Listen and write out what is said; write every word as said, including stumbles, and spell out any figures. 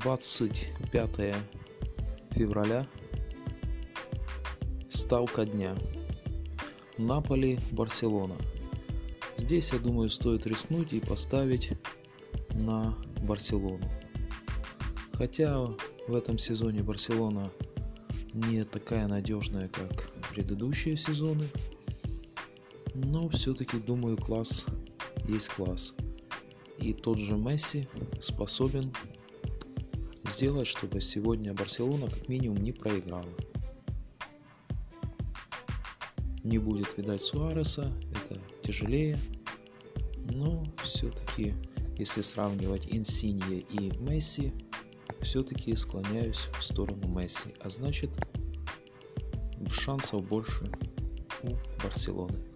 двадцать пятое февраля. Ставка дня. Наполи, Барселона. Здесь, я думаю, стоит рискнуть и поставить на Барселону. Хотя в этом сезоне Барселона не такая надежная, как предыдущие сезоны, но все-таки, думаю, класс есть класс. И тот же Месси способен сделать, чтобы сегодня Барселона как минимум не проиграла. Не будет, видать, Суареса, это тяжелее, но все-таки, если сравнивать Инсинье и Месси, все-таки склоняюсь в сторону Месси, а значит, шансов больше у Барселоны.